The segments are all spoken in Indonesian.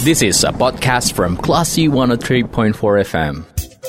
This is a podcast from Classy 103.4 FM.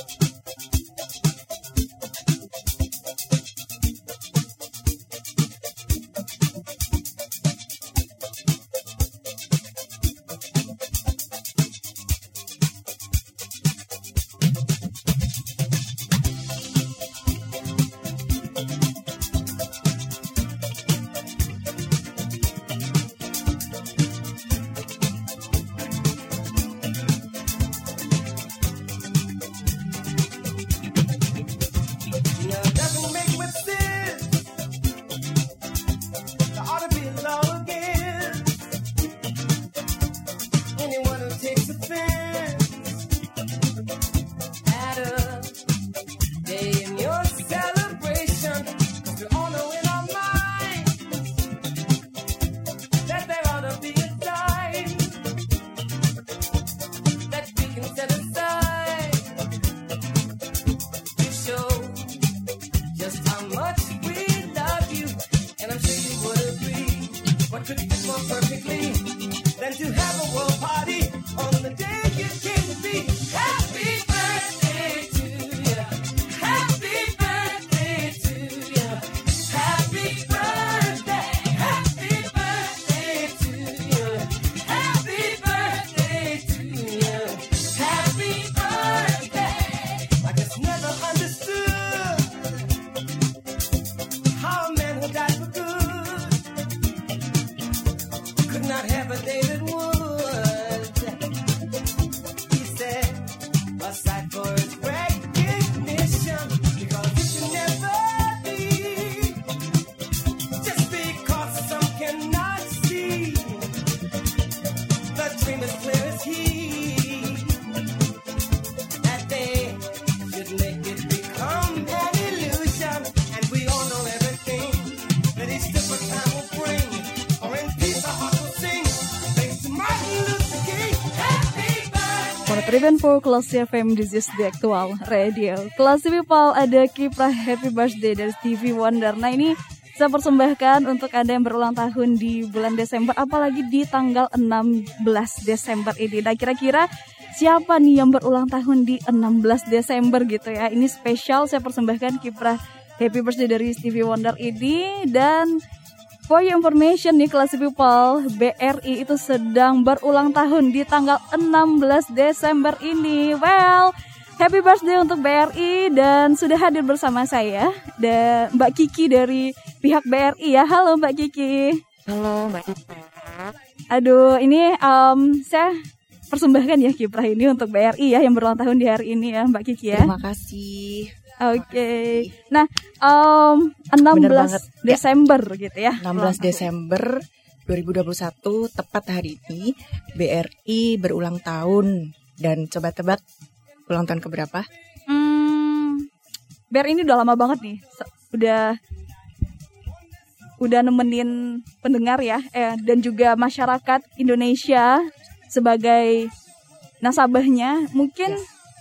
Ribbon for Classy FM, this is the actual radio. Classy people, ada kiprah Happy Birthday dari Stevie Wonder. Nah, ini saya persembahkan untuk Anda yang berulang tahun di bulan Desember, apalagi di tanggal 16 Desember ini. Nah, kira-kira siapa nih yang berulang tahun di 16 Desember gitu ya? Ini spesial, saya persembahkan kiprah Happy Birthday dari Stevie Wonder ini. Dan for your information nih Classy people, BRI itu sedang berulang tahun di tanggal 16 Desember ini. Well, happy birthday untuk BRI, dan sudah hadir bersama saya dan Mbak Kiki dari pihak BRI ya. Halo Mbak Kiki. Halo Mbak Kiki. Aduh, ini saya persembahkan ya kiprah ini untuk BRI ya yang berulang tahun di hari ini ya Mbak Kiki ya. Terima kasih. Oke. Nah, 16 Desember gitu ya. 16 Desember 2021, tepat hari ini BRI berulang tahun. Dan coba tebak ulang tahun keberapa? BRI ini udah lama banget nih. Udah nemenin pendengar ya, dan juga masyarakat Indonesia sebagai nasabahnya mungkin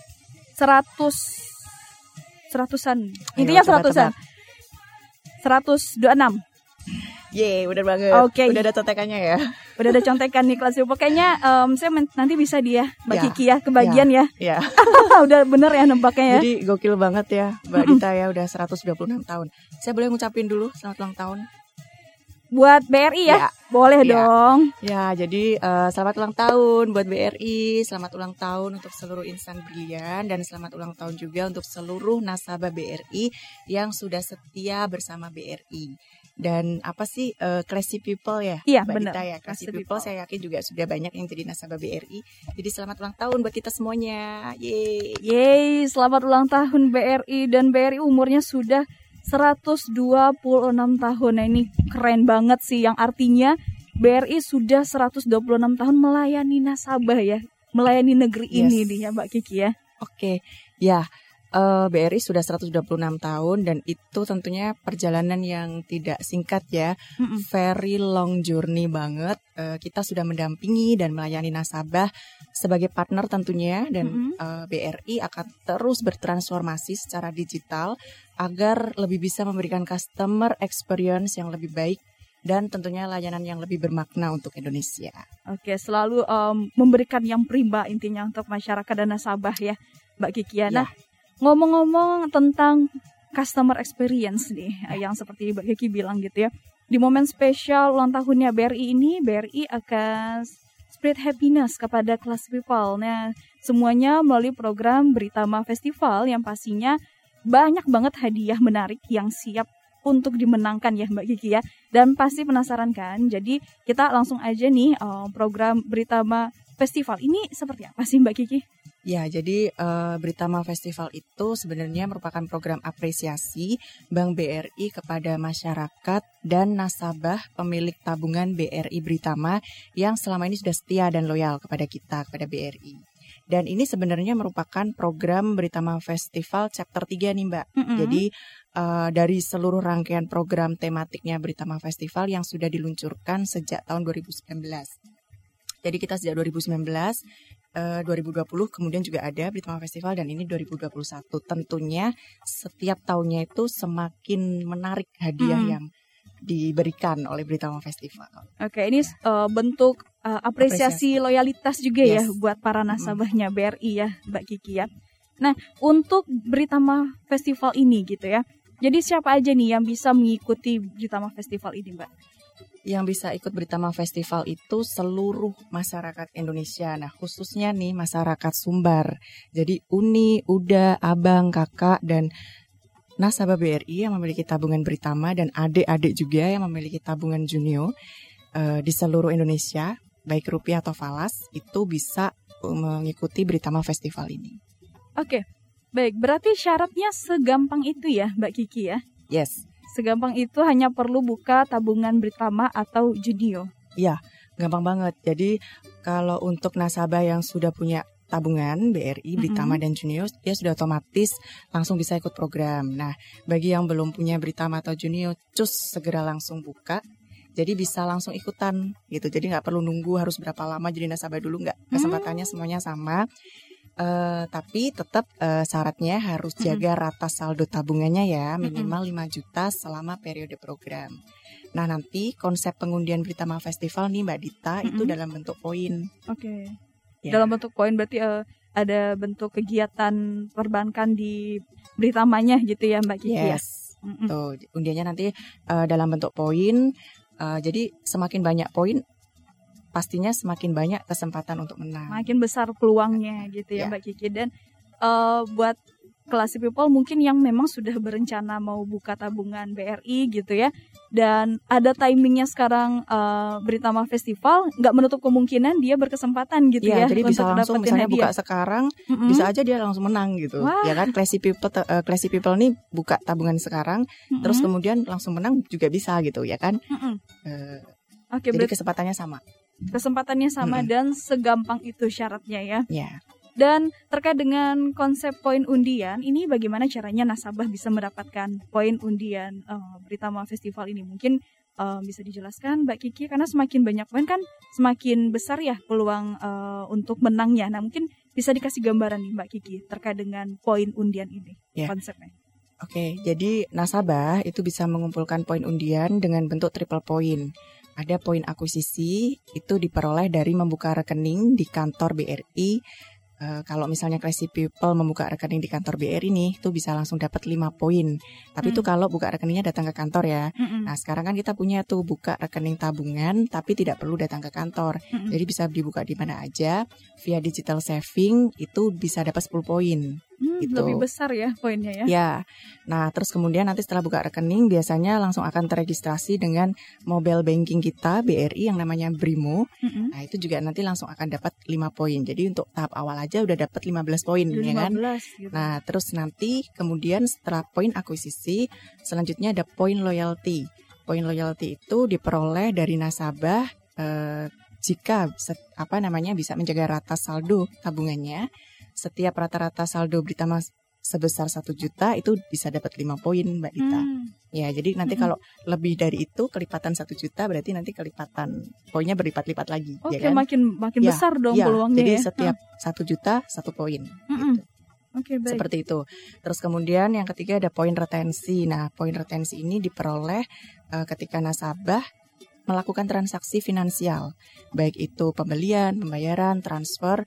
100-an. Intinya 100-an. 126. Udah banget. Oke. Udah ada contekannya ya. Udah ada contekan nih Classy. Pokoknya saya nanti bisa dia Mbak Kiki ya kebagian ya. Iya. Udah bener ya nembaknya ya. Jadi gokil banget ya Mbak Dita ya, udah 126 tahun. Saya boleh ngucapin dulu selamat ulang tahun buat BRI ya? Boleh dong. Ya, jadi selamat ulang tahun buat BRI, selamat ulang tahun untuk seluruh insan brilian, dan selamat ulang tahun juga untuk seluruh nasabah BRI yang sudah setia bersama BRI. Dan apa sih classy people ya? Iya, Mbak benar. Dita ya, classy people saya yakin juga sudah banyak yang jadi nasabah BRI. Jadi selamat ulang tahun buat kita semuanya. Yeay, selamat ulang tahun BRI, dan BRI umurnya sudah 126 tahun. Nah, ini keren banget sih, yang artinya BRI sudah 126 tahun melayani nasabah ya, melayani negeri ini nih ya Mbak Kiki ya. Oke, ya. BRI sudah 126 tahun, dan itu tentunya perjalanan yang tidak singkat ya. Very long journey banget. Kita sudah mendampingi dan melayani nasabah sebagai partner tentunya, dan BRI akan terus bertransformasi secara digital agar lebih bisa memberikan customer experience yang lebih baik dan tentunya layanan yang lebih bermakna untuk Indonesia. Oke, selalu memberikan yang prima intinya untuk masyarakat dan nasabah ya, Mbak Kiki. Nah, ngomong-ngomong tentang customer experience nih, yang seperti Mbak Kiki bilang gitu ya. Di momen spesial ulang tahunnya BRI ini, BRI akan spread happiness kepada class people. Nah, semuanya melalui program Britama Festival yang pastinya banyak banget hadiah menarik yang siap untuk dimenangkan ya Mbak Kiki ya. Dan pasti penasaran kan? Jadi kita langsung aja nih program Britama Festival ini seperti apa sih Mbak Kiki? Ya, jadi Britama Festival itu sebenarnya merupakan program apresiasi Bank BRI kepada masyarakat dan nasabah pemilik tabungan BRI Britama yang selama ini sudah setia dan loyal kepada kita, kepada BRI. Dan ini sebenarnya merupakan program Britama Festival Chapter 3 nih Mbak. Jadi dari seluruh rangkaian program tematiknya Britama Festival yang sudah diluncurkan sejak tahun 2019. Jadi kita sejak 2019, 2020 kemudian juga ada Britama Festival dan ini 2021. Tentunya setiap tahunnya itu semakin menarik hadiah yang diberikan oleh Britama Festival. Oke, ini bentuk apresiasi loyalitas juga ya buat para nasabahnya BRI ya Mbak Kiki ya. Nah, untuk Britama Festival ini gitu ya. Jadi siapa aja nih yang bisa mengikuti Britama Festival ini Mbak? Yang bisa ikut Britama Festival itu seluruh masyarakat Indonesia. Nah, khususnya nih masyarakat Sumbar. Jadi Uni, Uda, Abang, Kakak, dan nasabah BRI yang memiliki tabungan Britama dan adik-adik juga yang memiliki tabungan Junio di seluruh Indonesia, baik rupiah atau falas, itu bisa mengikuti Britama Festival ini. Oke, baik. Berarti syaratnya segampang itu ya Mbak Kiki ya? Yes. Segampang itu hanya perlu buka tabungan Britama atau Junio? Iya, gampang banget. Jadi kalau untuk nasabah yang sudah punya tabungan BRI, Britama dan Junio, dia sudah otomatis langsung bisa ikut program. Nah, bagi yang belum punya Britama atau Junio, cus segera langsung buka. Jadi bisa langsung ikutan gitu. Jadi nggak perlu nunggu harus berapa lama jadi nasabah dulu, nggak. Kesempatannya semuanya sama. Tapi tetap syaratnya harus jaga rata saldo tabungannya ya, minimal 5 juta selama periode program. Nah, nanti konsep pengundian Britama Festival nih Mbak Dita itu dalam bentuk poin. Oke. Ya. Dalam bentuk poin berarti ada bentuk kegiatan perbankan di Britamanya gitu ya Mbak Kiki ya? Yes. Tuh, undiannya nanti dalam bentuk poin. Jadi semakin banyak poin, pastinya semakin banyak kesempatan untuk menang. Makin besar peluangnya gitu ya Mbak Kiki. Dan buat classy people mungkin yang memang sudah berencana mau buka tabungan BRI gitu ya, dan ada timingnya sekarang Britama Festival, nggak menutup kemungkinan dia berkesempatan gitu ya jadi bisa langsung misalnya hadiah. Buka sekarang, bisa aja dia langsung menang gitu. Wah. Ya kan, classy people nih buka tabungan sekarang, terus kemudian langsung menang juga bisa gitu ya kan. Oke, jadi kesempatannya sama. Kesempatannya sama dan segampang itu syaratnya ya. Ya. Dan terkait dengan konsep poin undian, ini bagaimana caranya nasabah bisa mendapatkan poin undian Britama Festival ini? Mungkin bisa dijelaskan Mbak Kiki, karena semakin banyak poin kan semakin besar ya peluang untuk menangnya. Nah, mungkin bisa dikasih gambaran nih Mbak Kiki terkait dengan poin undian ini, konsepnya. Oke, jadi nasabah itu bisa mengumpulkan poin undian dengan bentuk triple point. Ada poin akuisisi, itu diperoleh dari membuka rekening di kantor BRI. Kalau misalnya classy people membuka rekening di kantor BRI nih, itu bisa langsung dapat 5 poin. Tapi itu kalau buka rekeningnya datang ke kantor ya. Nah, sekarang kan kita punya tuh buka rekening tabungan, tapi tidak perlu datang ke kantor. Jadi bisa dibuka di mana aja, via digital saving, itu bisa dapat 10 poin. Gitu. Lebih besar ya poinnya ya. Ya, nah terus kemudian nanti setelah buka rekening biasanya langsung akan teregistrasi dengan mobile banking kita BRI yang namanya Brimo. Nah itu juga nanti langsung akan dapat 5 poin. Jadi untuk tahap awal aja udah dapat 15 poin ya kan. Gitu. Nah terus nanti kemudian setelah poin akuisisi selanjutnya ada poin loyalty. Poin loyalty itu diperoleh dari nasabah jika bisa menjaga rata saldo tabungannya. Setiap rata-rata saldo Britama sebesar 1 juta itu bisa dapat 5 poin Mbak Dita. Ya, jadi nanti kalau lebih dari itu kelipatan 1 juta berarti nanti kelipatan poinnya berlipat-lipat lagi. Oke, ya kan? makin besar dong peluangnya jadi ya. setiap 1 juta 1 poin. Gitu. Oke, baik. Seperti itu. Terus kemudian yang ketiga ada poin retensi. Nah, poin retensi ini diperoleh ketika nasabah melakukan transaksi finansial, baik itu pembelian, pembayaran, transfer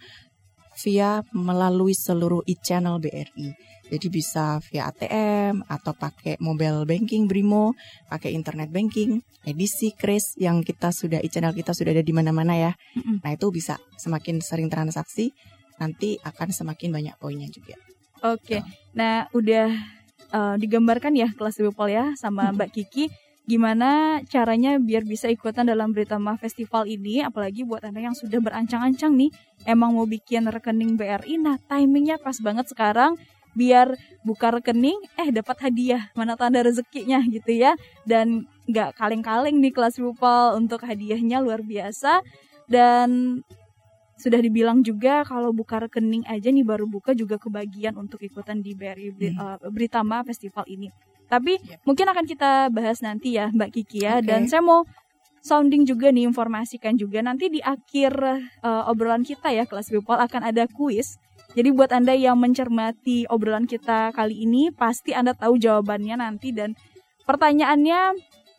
melalui seluruh e-channel BRI. Jadi bisa via ATM atau pakai mobile banking Brimo, pakai internet banking, edisi Kris yang e-channel kita sudah ada di mana-mana ya. Nah itu bisa semakin sering transaksi, nanti akan semakin banyak poinnya juga. Oke. Nah udah digambarkan ya kelas People ya sama Mbak Kiki. Gimana caranya biar bisa ikutan dalam Britama Festival ini, apalagi buat Anda yang sudah berancang-ancang nih, emang mau bikin rekening BRI, nah timingnya pas banget sekarang, biar buka rekening, dapat hadiah, mana tanda rezekinya gitu ya, dan nggak kaleng-kaleng nih kelas People untuk hadiahnya luar biasa, dan sudah dibilang juga kalau buka rekening aja nih baru buka juga kebagian untuk ikutan di BRI Britama Festival ini. Tapi mungkin akan kita bahas nanti ya Mbak Kiki ya. Dan saya mau sounding juga nih, informasikan juga nanti di akhir obrolan kita ya kelas People akan ada kuis. Jadi buat Anda yang mencermati obrolan kita kali ini pasti Anda tahu jawabannya nanti. Dan pertanyaannya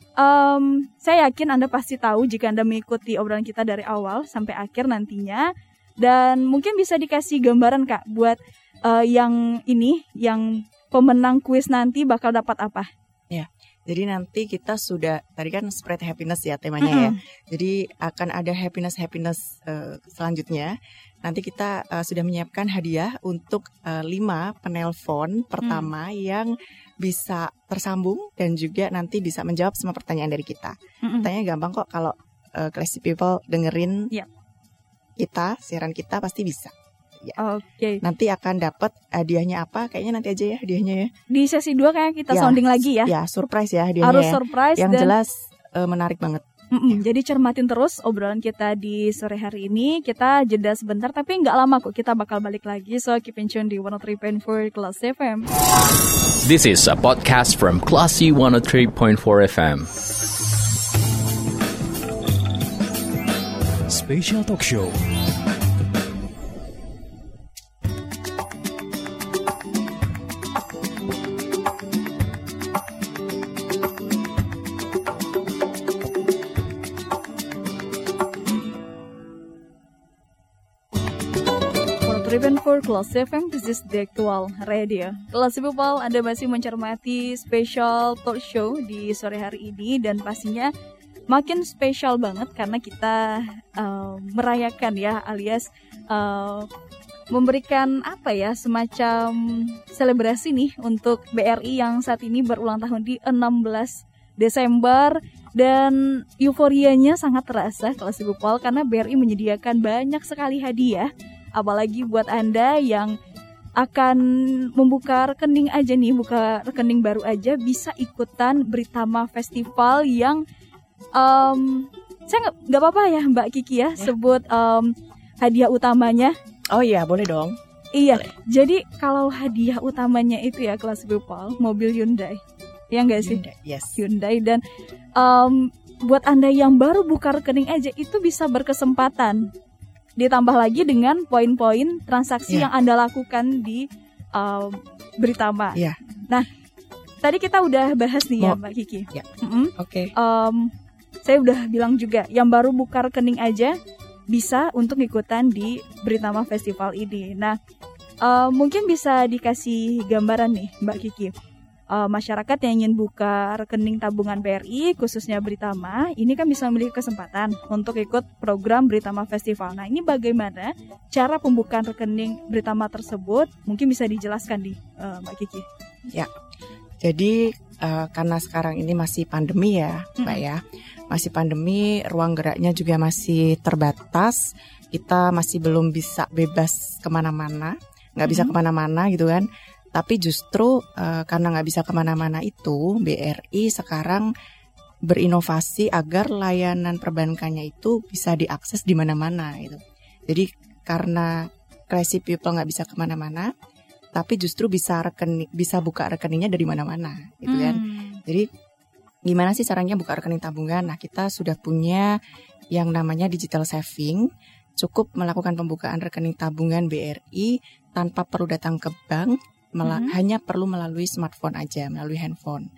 saya yakin Anda pasti tahu jika Anda mengikuti obrolan kita dari awal sampai akhir nantinya. Dan mungkin bisa dikasih gambaran Kak buat yang pemenang kuis nanti bakal dapat apa? Ya, jadi nanti kita tadi kan spread happiness ya temanya ya. Jadi akan ada happiness selanjutnya. Nanti kita sudah menyiapkan hadiah untuk 5 penelpon pertama yang bisa tersambung dan juga nanti bisa menjawab semua pertanyaan dari kita. Pertanyaannya gampang kok, kalau Classy People dengerin kita, siaran kita pasti bisa. Ya. Oke. Nanti akan dapat hadiahnya apa? Kayaknya nanti aja ya hadiahnya ya. Di sesi 2 kayak kita sounding lagi ya. Ya, surprise ya hadiahnya. Harus surprise. Yang jelas menarik banget. Jadi cermatin terus obrolan kita di sore hari ini. Kita jeda sebentar tapi nggak lama kok, kita bakal balik lagi. So keep in tune di 103.4 Kelas FM. This is a podcast from Classy 103.4 FM. Special Talk Show. For Kelas FM, this is the actual radio. Kelas People, Anda masih mencermati special talk show di sore hari ini, dan pastinya makin spesial banget karena kita merayakan ya, alias memberikan semacam selebrasi nih untuk BRI yang saat ini berulang tahun di 16 Desember, dan euforianya sangat terasa Kelas People karena BRI menyediakan banyak sekali hadiah. Apalagi buat Anda yang akan membuka rekening aja nih, buka rekening baru aja, bisa ikutan Britama Festival yang saya nggak apa-apa ya Mbak Kiki ya sebut hadiah utamanya. Oh iya, boleh dong. Iya, jadi kalau hadiah utamanya itu ya Kelas People, mobil Hyundai. Ya nggak sih? Hyundai, yes. Hyundai. Dan buat Anda yang baru buka rekening aja itu bisa berkesempatan. Ditambah lagi dengan poin-poin transaksi yang Anda lakukan di Britama. Nah, tadi kita udah bahas nih ya Mbak Kiki. Oke. Saya udah bilang juga, yang baru buka rekening aja bisa untuk ikutan di Britama Festival ini. Nah, mungkin bisa dikasih gambaran nih Mbak Kiki. Masyarakat yang ingin buka rekening tabungan BRI khususnya Britama ini kan bisa memiliki kesempatan untuk ikut program Britama Festival. Nah, ini bagaimana cara pembukaan rekening Britama tersebut? Mungkin bisa dijelaskan Mbak Kiki. Ya, jadi karena sekarang ini masih pandemi ya Mbak ya, masih pandemi, ruang geraknya juga masih terbatas, kita masih belum bisa bebas kemana-mana, nggak bisa kemana-mana gitu kan. Tapi justru karena nggak bisa kemana-mana itu, BRI sekarang berinovasi agar layanan perbankannya itu bisa diakses di mana-mana gitu. Jadi karena Classy People nggak bisa kemana-mana, tapi justru bisa buka rekeningnya dari mana-mana gitu kan. Jadi gimana sih caranya buka rekening tabungan? Nah, kita sudah punya yang namanya digital saving. Cukup melakukan pembukaan rekening tabungan BRI tanpa perlu datang ke bank. Hanya perlu melalui smartphone aja, melalui handphone.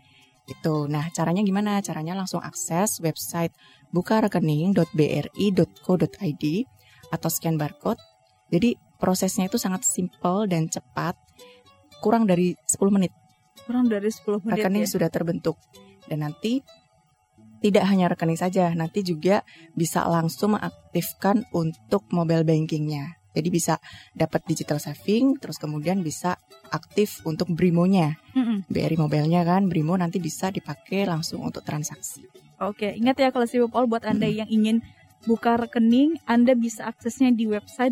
Itu. Nah, caranya gimana? Caranya langsung akses website bukarekening.bri.co.id atau scan barcode. Jadi prosesnya itu sangat simpel dan cepat. Kurang dari 10 menit. Kurang dari 10 menit rekening sudah terbentuk. Dan nanti tidak hanya rekening saja, nanti juga bisa langsung mengaktifkan untuk mobile bankingnya. Jadi bisa dapat digital saving, terus kemudian bisa aktif untuk Brimo-nya. BRI Mobile-nya kan, Brimo nanti bisa dipakai langsung untuk transaksi. Oke, ingat ya Classy People, buat Anda yang ingin buka rekening, Anda bisa aksesnya di website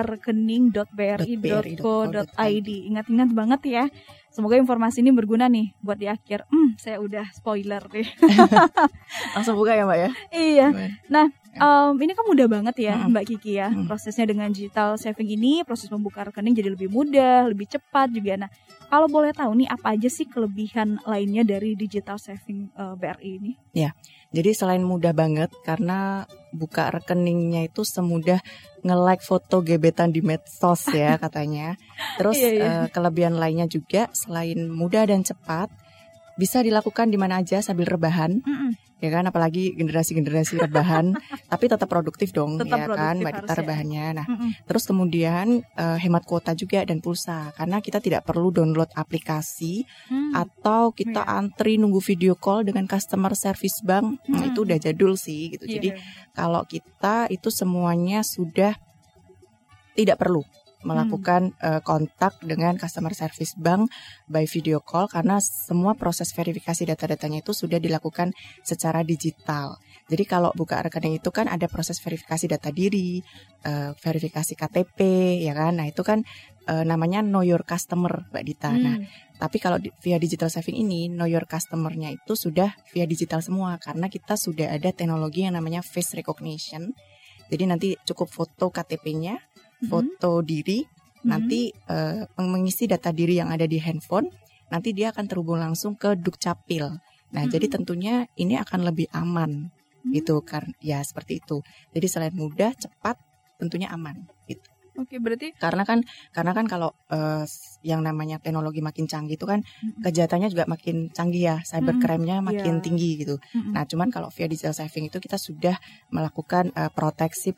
bukarekening.bri.co.id. Ingat-ingat banget ya. Semoga informasi ini berguna nih buat di akhir. Saya udah spoiler nih. Langsung buka ya Mbak ya? Iya. Nah, ini kan mudah banget ya Mbak Kiki ya. Prosesnya dengan digital saving ini, proses membuka rekening jadi lebih mudah, lebih cepat juga. Nah, kalau boleh tahu nih apa aja sih kelebihan lainnya dari digital saving BRI ini? Ya, jadi selain mudah banget karena buka rekeningnya itu semudah nge-like foto gebetan di medsos ya katanya. Terus kelebihan lainnya juga selain mudah dan cepat, bisa dilakukan di mana aja sambil rebahan. Ya kan, apalagi generasi-generasi rebahan, tapi tetap produktif dong, tetap ya produktif kan, Mbak Dita rebahannya. Nah, terus kemudian hemat kuota juga dan pulsa, karena kita tidak perlu download aplikasi atau kita antri nunggu video call dengan customer service bank. Nah, itu udah jadul sih gitu. Jadi kalau kita itu semuanya sudah tidak perlu melakukan kontak dengan customer service bank by video call, karena semua proses verifikasi data-datanya itu sudah dilakukan secara digital. Jadi kalau buka rekening itu kan ada proses verifikasi data diri, verifikasi KTP, ya kan. Nah itu kan namanya know your customer, Mbak Dita. Nah tapi kalau via digital saving ini, know your customer-nya itu sudah via digital semua, karena kita sudah ada teknologi yang namanya face recognition. Jadi nanti cukup foto KTP-nya, foto diri, nanti mengisi data diri yang ada di handphone, nanti dia akan terhubung langsung ke Dukcapil. Nah, jadi tentunya ini akan lebih aman, gitu kan? Ya seperti itu. Jadi selain mudah, cepat, tentunya aman. Gitu. Oke, berarti karena kan kalau yang namanya teknologi makin canggih itu kan kejahatannya juga makin canggih ya, cybercrime-nya makin tinggi gitu. Nah, cuman kalau via digital saving itu kita sudah melakukan proteksi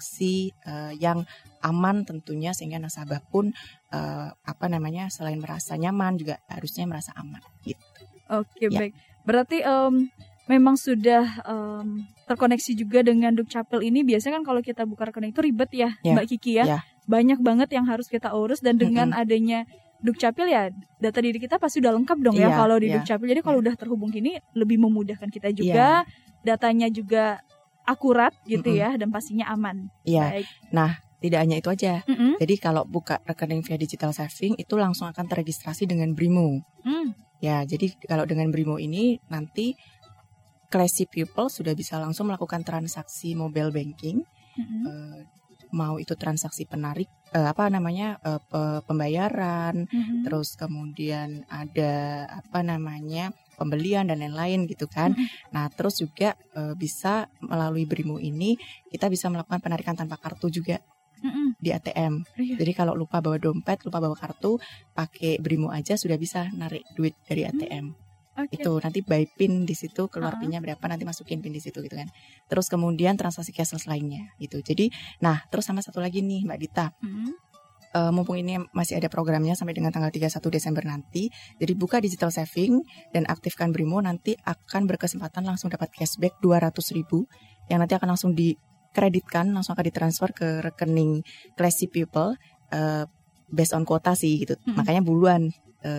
yang aman tentunya, sehingga nasabah pun selain merasa nyaman juga harusnya merasa aman gitu. Oke, baik. Berarti memang sudah terkoneksi juga dengan Dukcapil ini. Biasanya kan kalau kita buka rekening itu ribet ya, Mbak Kiki ya. Banyak banget yang harus kita urus, dan dengan adanya Dukcapil ya data diri kita pasti udah lengkap dong ya kalau di Dukcapil. Jadi kalau udah terhubung gini lebih memudahkan kita juga, datanya juga akurat gitu ya, dan pastinya aman. Baik. Nah, tidak hanya itu aja. Jadi kalau buka rekening via digital saving itu langsung akan terregistrasi dengan Brimo. Ya, jadi kalau dengan Brimo ini nanti Classy People sudah bisa langsung melakukan transaksi mobile banking, mau itu transaksi pembayaran, terus kemudian ada pembelian dan lain-lain gitu kan. Nah, terus juga bisa melalui Brimo ini kita bisa melakukan penarikan tanpa kartu juga di ATM. Jadi kalau lupa bawa dompet, lupa bawa kartu, pakai Brimo aja sudah bisa narik duit dari ATM. Itu nanti by PIN di situ, keluar PIN-nya berapa, nanti masukin PIN di situ gitu kan. Terus kemudian transaksi cashless lainnya gitu. Jadi, nah terus sama satu lagi nih Mbak Dita. Mumpung ini masih ada programnya sampai dengan tanggal 31 Desember nanti. Jadi buka digital saving dan aktifkan Brimo, nanti akan berkesempatan langsung dapat cashback 200.000 yang nanti akan langsung dikreditkan, langsung akan ditransfer ke rekening Classy People based on kuota sih gitu. Makanya buruan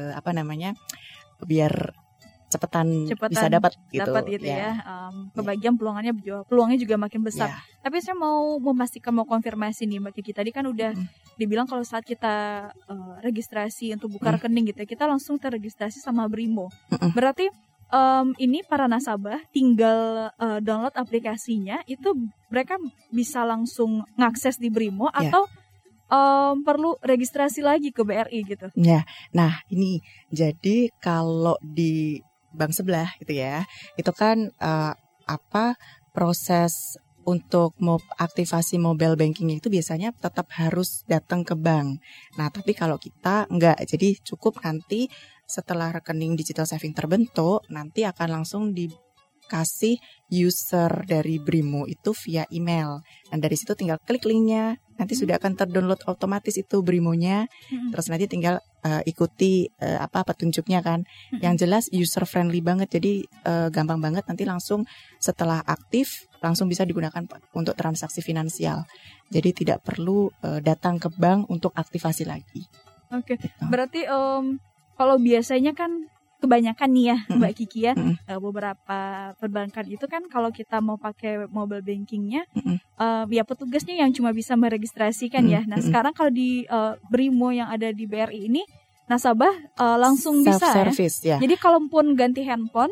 biar cepetan bisa dapat gitu ya. Kebagian peluangnya juga makin besar. Tapi saya mau memastikan, mau konfirmasi nih Mbak Kiki, tadi kan udah dibilang kalau saat kita registrasi untuk buka rekening gitu, kita langsung terregistrasi sama Brimo. Berarti ini para nasabah tinggal download aplikasinya, itu mereka bisa langsung ngakses di Brimo atau perlu registrasi lagi ke BRI gitu? Ya, nah ini jadi kalau di bank sebelah gitu ya, itu kan proses untuk aktivasi mobile banking itu biasanya tetap harus datang ke bank. Nah, tapi kalau kita enggak, jadi cukup nanti setelah rekening digital saving terbentuk, nanti akan langsung dikasih user dari Brimo itu via email. Dan dari situ tinggal klik linknya, nanti sudah akan terdownload otomatis itu Brimonya. Terus nanti tinggal ikuti petunjuknya kan. Yang jelas user friendly banget, jadi gampang banget, nanti langsung setelah aktif langsung bisa digunakan untuk transaksi finansial. Jadi tidak perlu datang ke bank untuk aktivasi lagi. Oke. Berarti kalau biasanya kan kebanyakan nih ya Mbak Kiki ya, beberapa perbankan itu kan kalau kita mau pakai mobile bankingnya, ya petugasnya yang cuma bisa meregistrasikan ya. Nah sekarang kalau di Brimo yang ada di BRI ini, nasabah langsung bisa self-service, ya. Jadi kalaupun ganti handphone,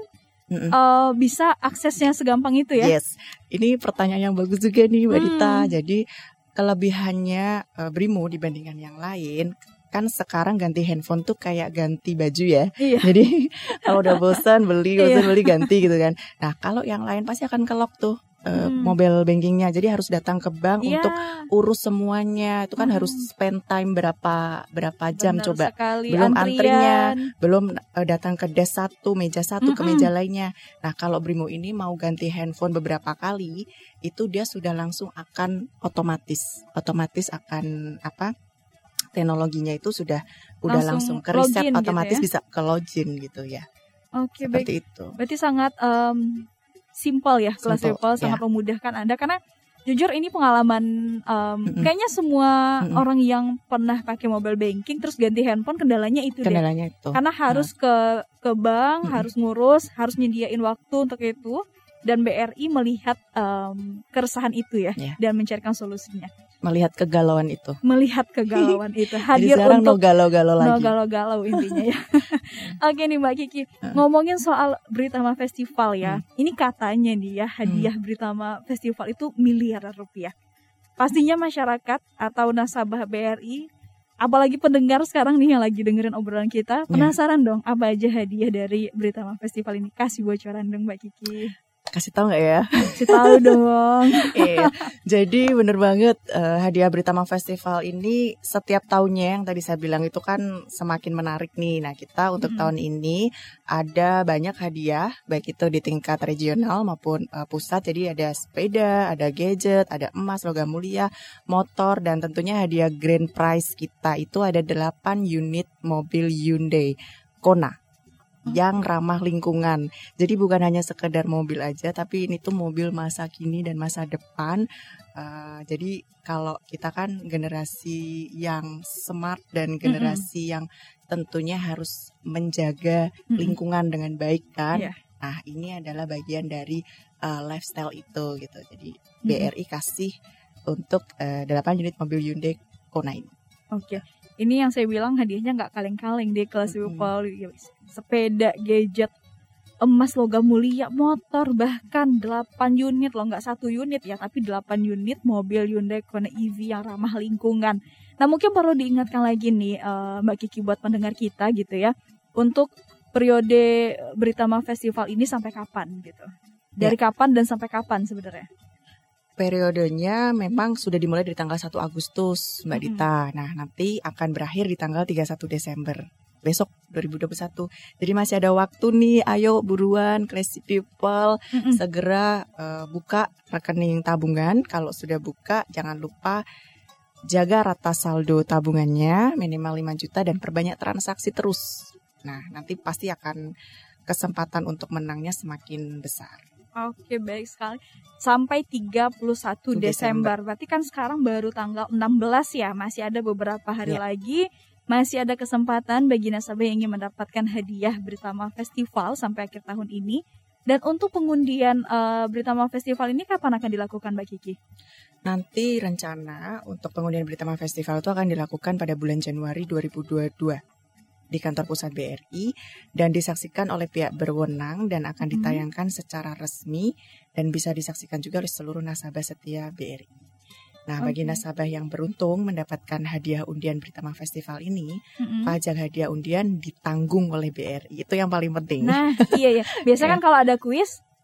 bisa aksesnya segampang itu ya? Yes, ini pertanyaan yang bagus juga nih Mbak Dita. Jadi kelebihannya Brimo dibandingkan yang lain, kan sekarang ganti handphone tuh kayak ganti baju ya. Iya. Jadi kalau udah bosan beli ganti gitu kan. Nah kalau yang lain pasti akan kelok tuh mobile bankingnya. Jadi harus datang ke bank untuk urus semuanya. Itu kan harus spend time berapa jam. Benar coba sekali. Belum antrinya, belum datang ke desk satu, meja satu ke meja lainnya. Nah kalau Brimo ini mau ganti handphone beberapa kali, itu dia sudah langsung akan otomatis akan teknologinya itu sudah langsung ke reset otomatis gitu ya? Bisa ke login gitu ya. Oke, seperti baik. itu. Berarti sangat simple ya, Classable, sangat memudahkan Anda karena jujur ini pengalaman kayaknya semua orang yang pernah pakai mobile banking terus ganti handphone kendalanya itu. Karena harus ke bank, harus ngurus, harus nyediain waktu untuk itu, dan BRI melihat keresahan itu ya, dan mencarikan solusinya. Melihat kegalauan itu. Hadir sekarang untuk no galau-galau lagi. No galau-galau intinya ya. Oke nih Mbak Kiki, ngomongin soal Britama Festival ya. Ini katanya nih ya, hadiah Britama Festival itu miliaran rupiah. Pastinya masyarakat atau nasabah BRI, apalagi pendengar sekarang nih yang lagi dengerin obrolan kita, penasaran dong apa aja hadiah dari Britama Festival ini. Kasih bocoran dong Mbak Kiki. Kasih tahu nggak ya? Kasih tahu dong. Jadi bener banget, hadiah Britama Festival ini setiap tahunnya yang tadi saya bilang itu kan semakin menarik nih. Nah kita untuk tahun ini ada banyak hadiah, baik itu di tingkat regional maupun pusat. Jadi ada sepeda, ada gadget, ada emas, logam mulia, motor, dan tentunya hadiah grand prize kita itu ada 8 unit mobil Hyundai Kona yang ramah lingkungan. Jadi bukan hanya sekedar mobil aja, tapi ini tuh mobil masa kini dan masa depan. Jadi kalau kita kan generasi yang smart dan generasi yang tentunya harus menjaga lingkungan dengan baik kan. Nah ini adalah bagian dari lifestyle itu gitu. Jadi BRI kasih untuk 8 unit mobil Hyundai Kona ini. Oke. Ini yang saya bilang hadiahnya nggak kaleng-kaleng deh kelas people. Sepeda, gadget, emas, logam mulia, motor, bahkan 8 unit loh, nggak 1 unit ya, tapi 8 unit mobil Hyundai Kona EV yang ramah lingkungan. Nah mungkin perlu diingatkan lagi nih Mbak Kiki buat pendengar kita gitu ya, untuk periode Britama Festival ini sampai kapan gitu? Dari kapan dan sampai kapan sebenarnya? Periodenya memang sudah dimulai dari tanggal 1 Agustus, Mbak Dita. Nah, nanti akan berakhir di tanggal 31 Desember. Besok 2021. Jadi masih ada waktu nih. Ayo buruan Classy People segera buka rekening tabungan. Kalau sudah buka jangan lupa jaga rata saldo tabungannya minimal 5 juta dan perbanyak transaksi terus. Nah, nanti pasti akan kesempatan untuk menangnya semakin besar. Oke, baik sekali. Sampai 31 Desember. Berarti kan sekarang baru tanggal 16 ya. Masih ada beberapa hari lagi. Masih ada kesempatan bagi nasabah yang ingin mendapatkan hadiah Britama Festival sampai akhir tahun ini. Dan untuk pengundian Britama Festival ini kapan akan dilakukan Mbak Kiki? Nanti rencana untuk pengundian Britama Festival itu akan dilakukan pada bulan Januari 2022. Di kantor pusat BRI dan disaksikan oleh pihak berwenang dan akan ditayangkan secara resmi dan bisa disaksikan juga oleh seluruh nasabah setia BRI. Nah, bagi nasabah yang beruntung mendapatkan hadiah undian Britama Festival ini, pajak hadiah undian ditanggung oleh BRI. Itu yang paling penting. Nah, iya ya. Biasanya kan kalau ada kuis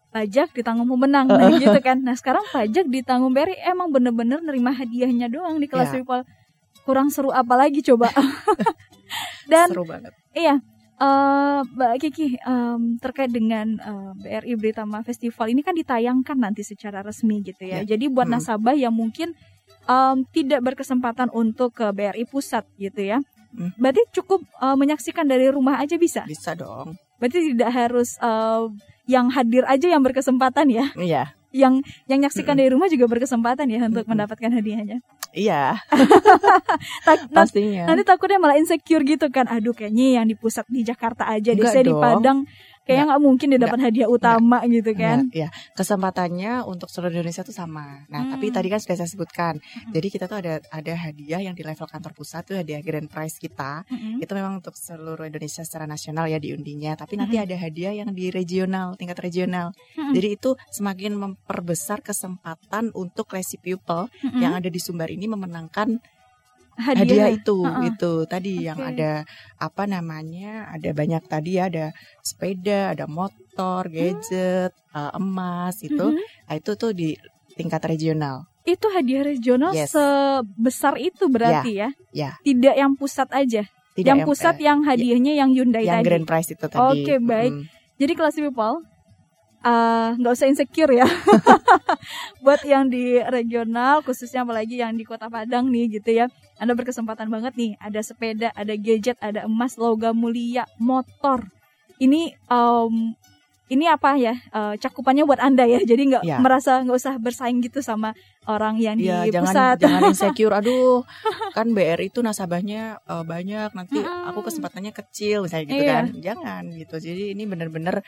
pajak ditanggung pemenang, nah gitu kan. Nah sekarang pajak ditanggung BRI, emang bener-bener nerima hadiahnya doang di kelas people. Kurang seru apa lagi coba? Dan seru banget. Iya, Mbak Kiki, terkait dengan BRI Britama Festival ini kan ditayangkan nanti secara resmi gitu ya. Jadi buat nasabah yang mungkin tidak berkesempatan untuk ke BRI Pusat gitu ya, berarti cukup menyaksikan dari rumah aja bisa? Bisa dong. Berarti tidak harus yang hadir aja yang berkesempatan ya? Iya. Yang nyaksikan dari rumah juga berkesempatan ya untuk mendapatkan hadiahnya? Iya. Pastinya. Nanti takutnya malah insecure gitu kan. Aduh kayaknya yang di pusat di Jakarta aja deh, saya di Padang kayaknya nggak mungkin dia dapat hadiah utama gitu kan. Iya, kesempatannya untuk seluruh Indonesia tuh sama. Nah, tapi tadi kan sudah saya sebutkan. Jadi kita tuh ada hadiah yang di level kantor pusat tuh hadiah grand prize kita. Itu memang untuk seluruh Indonesia secara nasional ya diundinya. Tapi nanti ada hadiah yang di regional, tingkat regional. Jadi itu semakin memperbesar kesempatan untuk classy pupil yang ada di Sumbar ini memenangkan hadiah itu tadi yang ada ada banyak tadi ya, ada sepeda, ada motor, gadget, emas itu. Nah, itu tuh di tingkat regional. Itu hadiah regional sebesar itu berarti ya? Tidak yang pusat aja. Tidak yang pusat yang hadiahnya yang Hyundai yang tadi. Grand Prize itu tadi. Oke, baik. Jadi kelas people nggak usah insecure ya. Buat yang di regional, khususnya apalagi yang di Kota Padang nih gitu ya, Anda berkesempatan banget nih, ada sepeda, ada gadget, ada emas, logam mulia, motor. Ini apa ya, cakupannya buat Anda ya. Jadi nggak usah bersaing gitu sama orang yang di pusat. Jangan insecure. Aduh, kan BRI itu nasabahnya banyak, nanti aku kesempatannya kecil misalnya gitu kan. Jangan gitu. Jadi ini benar-benar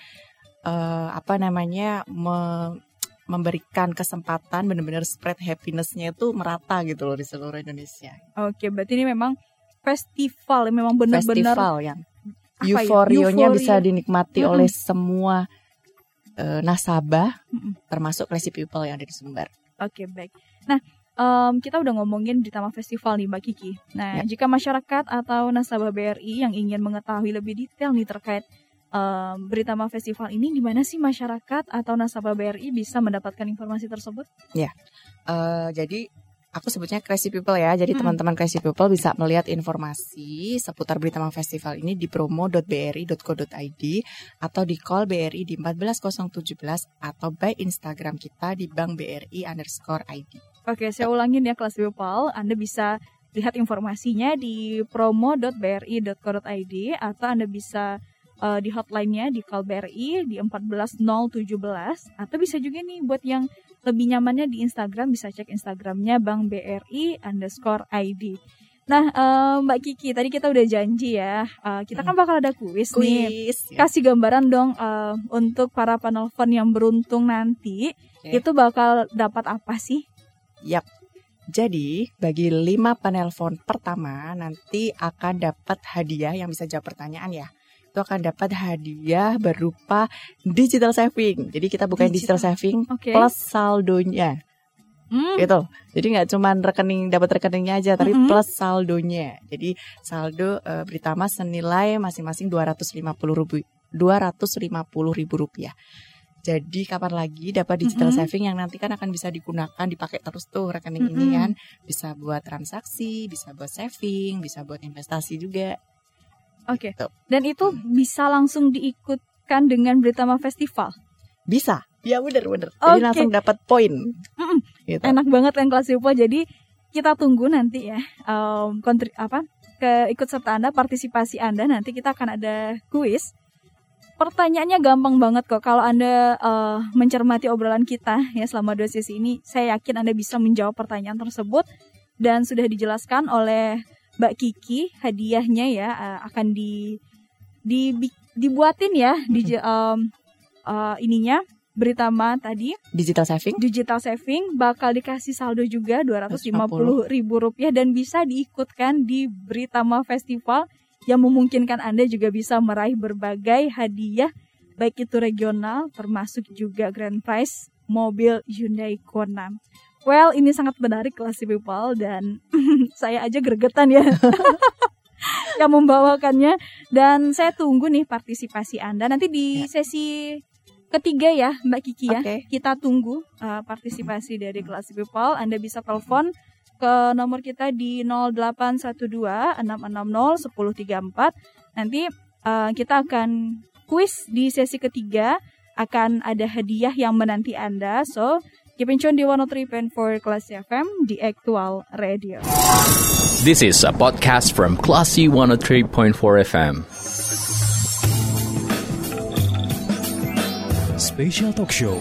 memberikan kesempatan benar-benar spread happiness-nya itu merata gitu loh di seluruh Indonesia. Oke, berarti ini memang festival, memang benar-benar festival yang euforionya bisa dinikmati oleh semua nasabah, termasuk classy people yang ada di Sumbar. Oke, baik. Nah, kita udah ngomongin Britama Festival nih, Mbak Kiki. Nah, jika masyarakat atau nasabah BRI yang ingin mengetahui lebih detail nih terkait Britama Festival ini, di mana sih masyarakat atau nasabah BRI bisa mendapatkan informasi tersebut? Ya, jadi aku sebutnya Crazy People ya. Jadi teman-teman Crazy People bisa melihat informasi seputar Britama Festival ini di promo.bri.co.id atau di call BRI di 14017 atau by Instagram kita di Bank BRI_ID. Oke, saya ulangin ya kelas People. Anda bisa lihat informasinya di promo.bri.co.id atau Anda bisa di hotline-nya di call BRI di 14017 atau bisa juga nih buat yang lebih nyamannya di Instagram bisa cek Instagramnya Bank BRI_ID. Nah, Mbak Kiki, tadi kita udah janji ya, kita kan bakal ada kuis nih. Kasih gambaran dong untuk para penelpon yang beruntung nanti, itu bakal dapat apa sih? Yap. Jadi, bagi 5 penelpon pertama nanti akan dapat hadiah yang bisa jawab pertanyaan ya. Itu akan dapat hadiah berupa digital saving. Jadi kita bukan digital saving plus saldonya. Gitu. Jadi nggak cuma dapat rekeningnya aja, tapi plus saldonya. Jadi saldo Britama senilai masing-masing 250.000 rupiah. Jadi kapan lagi dapat digital saving yang nanti kan akan bisa digunakan, dipakai terus tuh rekening ini kan. Bisa buat transaksi, bisa buat saving, bisa buat investasi juga. Oke. Dan itu bisa langsung diikutkan dengan Britama Festival? Bisa. Ya benar. Jadi langsung dapat poin. Gitu. Enak banget kan kelas Yupo. Jadi kita tunggu nanti ya ikut serta Anda, partisipasi Anda. Nanti kita akan ada kuis. Pertanyaannya gampang banget kok. Kalau Anda mencermati obrolan kita ya selama 2 sesi ini, saya yakin Anda bisa menjawab pertanyaan tersebut. Dan sudah dijelaskan oleh Mbak Kiki, hadiahnya ya akan dibuatin ya ininya Britama tadi digital saving bakal dikasih saldo juga 250.000 rupiah dan bisa diikutkan di Britama Festival yang memungkinkan Anda juga bisa meraih berbagai hadiah baik itu regional termasuk juga grand prize mobil Hyundai Kona. Well, ini sangat menarik kelas people dan saya aja gregetan ya yang membawakannya. Dan saya tunggu nih partisipasi Anda. Nanti di sesi ketiga ya Mbak Kiki ya. Oke. Kita tunggu partisipasi dari Classy People. Anda bisa telepon ke nomor kita di 0812 660 1034. Nanti kita akan kuis di sesi ketiga, akan ada hadiah yang menanti Anda. So, keep in tune di 103.4 Classy FM di Aktual Radio. This is a podcast from Classy 103.4 FM. Special Talk Show.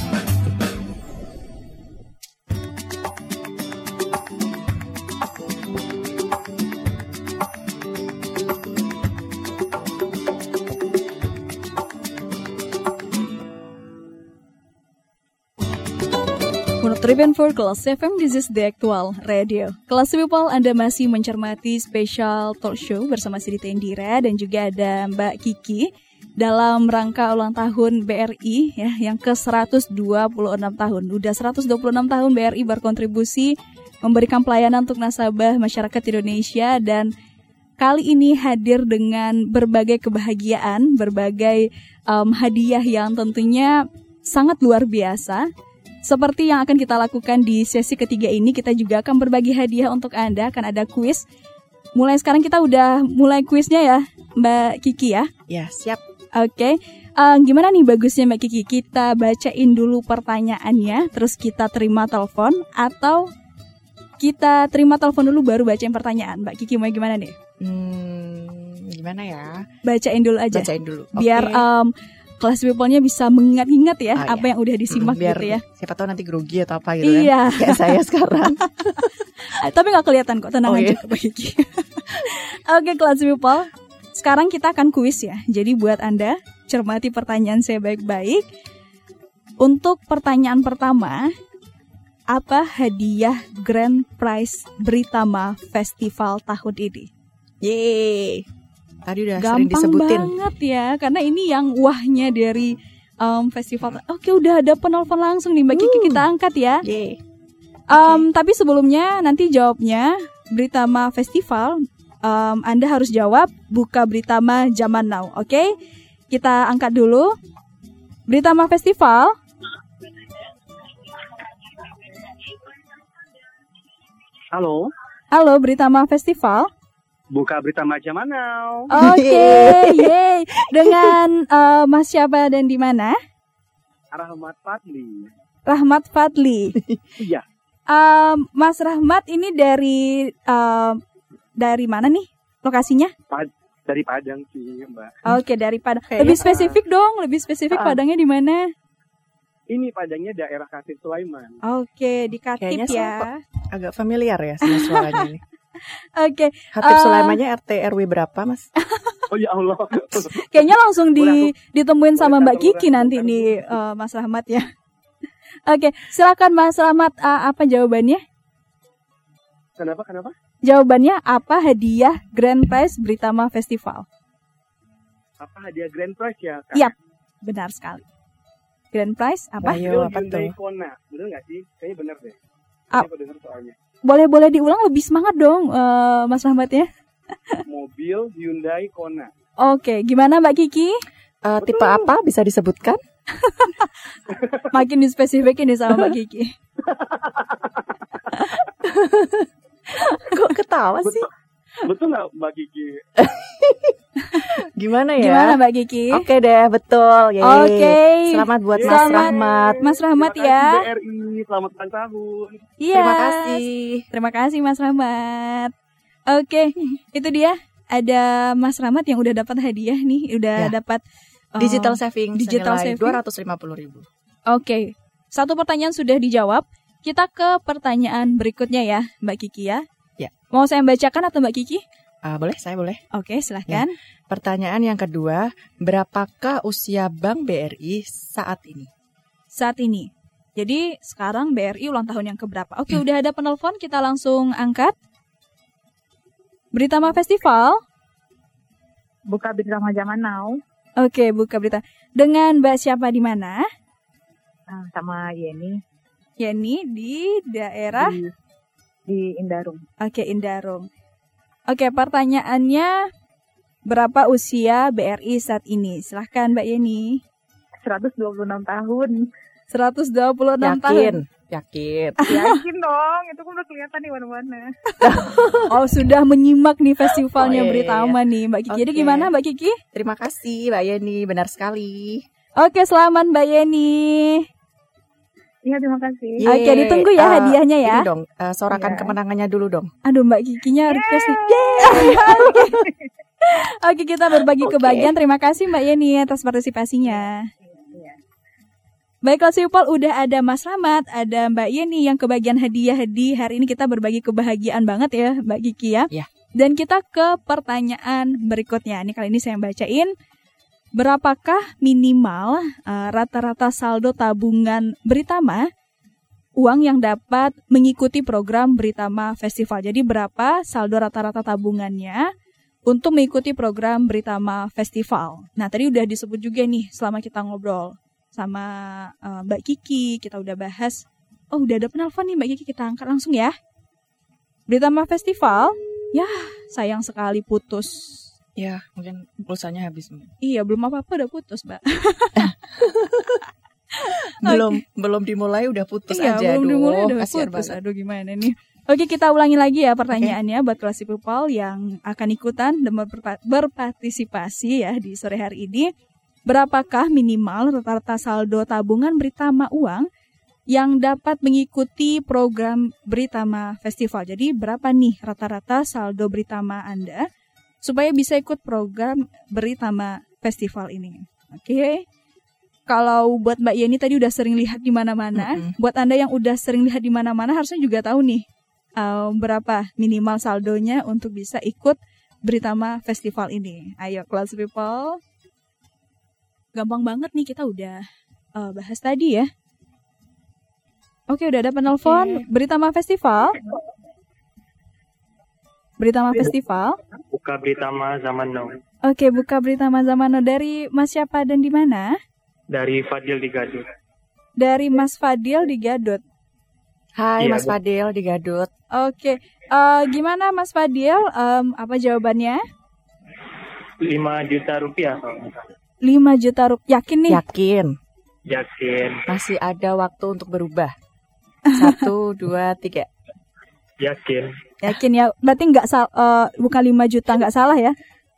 Tribune for Classy FM, this is the Aktual Radio. Classy People, Anda masih mencermati Special Talk Show bersama Sidita Indira dan juga ada Mbak Kiki dalam rangka ulang tahun BRI ya, yang ke-126 tahun. Udah 126 tahun BRI berkontribusi memberikan pelayanan untuk nasabah masyarakat Indonesia, dan kali ini hadir dengan berbagai kebahagiaan, berbagai hadiah yang tentunya sangat luar biasa. Seperti yang akan kita lakukan di sesi ketiga ini, kita juga akan berbagi hadiah untuk Anda, akan ada kuis. Mulai sekarang kita udah mulai kuisnya ya, Mbak Kiki ya? Ya, siap. Oke. Gimana nih bagusnya Mbak Kiki? Kita bacain dulu pertanyaannya, terus kita terima telepon, atau kita terima telepon dulu baru bacain pertanyaan? Mbak Kiki mau gimana nih? Gimana ya? Bacain dulu aja. Bacain dulu. Biar kelas people-nya bisa mengingat-ingat ya apa iya. yang udah disimak biar gitu ya. Siapa tahu nanti grogi atau apa gitu iya. kan. Kayak saya sekarang. Tapi gak kelihatan kok, tenang aja Mbak Kiki. Oke, kelas people. Sekarang kita akan kuis ya. Jadi buat Anda, cermati pertanyaan saya baik-baik. Untuk pertanyaan pertama, apa hadiah Grand Prize Britama Festival tahun ini? Yeay. Tadi udah Gampang sering disebutin. banget ya, karena ini yang wahnya dari festival. Oke, udah ada penelpon langsung nih Mbak Kiki, kita angkat ya. Yeay. Tapi sebelumnya nanti jawabnya Britama Festival. Anda harus jawab buka Britama Zaman Now, oke? Kita angkat dulu Britama Festival. Halo Britama Festival. Buka Britama Zaman Now. Oke, yeay. Dengan Mas siapa dan di mana? Rahmat Fadli. Rahmat Fadli. Iya. Mas Rahmat ini dari mana nih lokasinya? Dari Padang sih, Mbak. Oke, dari Padang. Lebih spesifik dong, lebih spesifik Padangnya di mana? Ini Padangnya daerah Katip Sulaiman. Oke, di Katip Kayaknya ya. Agak familiar ya sama suaranya ini. Oke. Katip Sulaimannya RT RW berapa, Mas? Oh ya Allah. Kayaknya langsung ditemuin sama Mbak Kiki nanti nih, Mas Rahmat ya. Oke, silakan Mas Rahmat, apa jawabannya? Kenapa? Jawabannya apa hadiah Grand Prize Britama Festival? Apa hadiah Grand Prize ya, Kak? Iya, benar sekali. Grand Prize apa? Ayo, apa Hyundai tuh? Kona. Bener nggak sih? Kayaknya bener deh. Aku denger soalnya. Boleh diulang lebih semangat dong, Mas Rahmat ya. Mobil Hyundai Kona. Oke, gimana Mbak Kiki? Tipe apa bisa disebutkan? Makin dispesifikin nih sama Mbak Kiki. Kok ketawa sih? Betul nggak Mbak Kiki? Gimana ya? Gimana Mbak Kiki? Oke deh, betul. Yeay. Oke. Selamat buat Mas Selamat, Rahmat. Mas Rahmat Terima ya. kasih BRI, selamat ulang tahun. Iya. Terima kasih. Terima kasih Mas Rahmat. Oke, itu dia. Ada Mas Rahmat yang udah dapat hadiah nih, udah dapat Digital saving digital senilai saving 250.000. Oke. Satu pertanyaan sudah dijawab. Kita ke pertanyaan berikutnya ya, Mbak Kiki ya. Ya. Mau saya bacakan atau Mbak Kiki? Boleh, saya boleh. Oke, silahkan. Pertanyaan yang kedua, berapakah usia Bank BRI saat ini? Saat ini. Jadi sekarang BRI ulang tahun yang keberapa? Oke, udah ada penelpon, kita langsung angkat. Britama Festival. Buka Britama Zaman Now. Oke, buka berita. Dengan Mbak siapa di mana? Sama Yeni Yeni di daerah di Indarung. Oke, Indarung. Oke, pertanyaannya berapa usia BRI saat ini? Silahkan Mbak Yeni. 126 tahun. 126 tahun. Yakin. Yakin dong, itu kan udah kelihatan di mana-mana. Oh, sudah menyimak nih festivalnya Britama iya. nih, Mbak Kiki. Jadi gimana Mbak Kiki? Terima kasih Mbak Yeni, benar sekali. Oke, selamat Mbak Yeni. Iya, terima kasih. Oke, ditunggu ya hadiahnya ya. Ini dong, sorakan kemenangannya dulu dong. Aduh, Mbak Kikinya request nih. Oke, kita berbagi kebahagiaan. Terima kasih Mbak Yeni atas partisipasinya. Baiklah People, udah ada Mas Slamet, ada Mbak Yeni yang kebagian hadiah hari ini kita berbagi kebahagiaan banget ya Mbak Kiki ya. Ya. Dan kita ke pertanyaan berikutnya. Ini kali ini saya bacain. Berapakah minimal rata-rata saldo tabungan Britama uang yang dapat mengikuti program Britama Festival? Jadi berapa saldo rata-rata tabungannya untuk mengikuti program Britama Festival? Nah tadi udah disebut juga nih selama kita ngobrol sama Mbak Kiki, kita udah bahas. Oh udah ada penelpon nih Mbak Kiki, kita angkat langsung ya. Britama Festival, ya sayang sekali putus. Ya mungkin pulsanya habis. Iya belum apa-apa udah putus Mbak. belum dimulai udah putus iya, aja. Belum dimulai udah kasihan putus. banget. Aduh gimana nih. Oke kita ulangi lagi ya pertanyaannya buat Classy People yang akan ikutan dan berpartisipasi ya di sore hari ini. Berapakah minimal rata-rata saldo tabungan Britama uang yang dapat mengikuti program Britama Festival? Jadi berapa nih rata-rata saldo Britama Anda supaya bisa ikut program Britama Festival ini? Oke. Kalau buat Mbak Yeni tadi udah sering lihat di mana-mana, buat Anda yang udah sering lihat di mana-mana harusnya juga tahu nih berapa minimal saldonya untuk bisa ikut Britama Festival ini. Ayo Classy People. Gampang banget nih kita udah bahas tadi ya. Oke, udah ada penelpon. Britama Festival. Britama Festival. Buka Britama Zaman Now. Oke, buka Britama Zaman Now dari Mas siapa dan di mana? Dari Fadil di Gadut. Dari Mas Fadil di Gadut. Hai Iya, Mas Fadil di Gadut. Oke, gimana Mas Fadil? Apa jawabannya? 5 juta rupiah kalau nggak salah. 5 juta rupiah. Yakin nih? Yakin. Masih ada waktu untuk berubah. 1, 2, 3. Yakin. Yakin ya? Berarti bukan 5 juta nggak salah ya?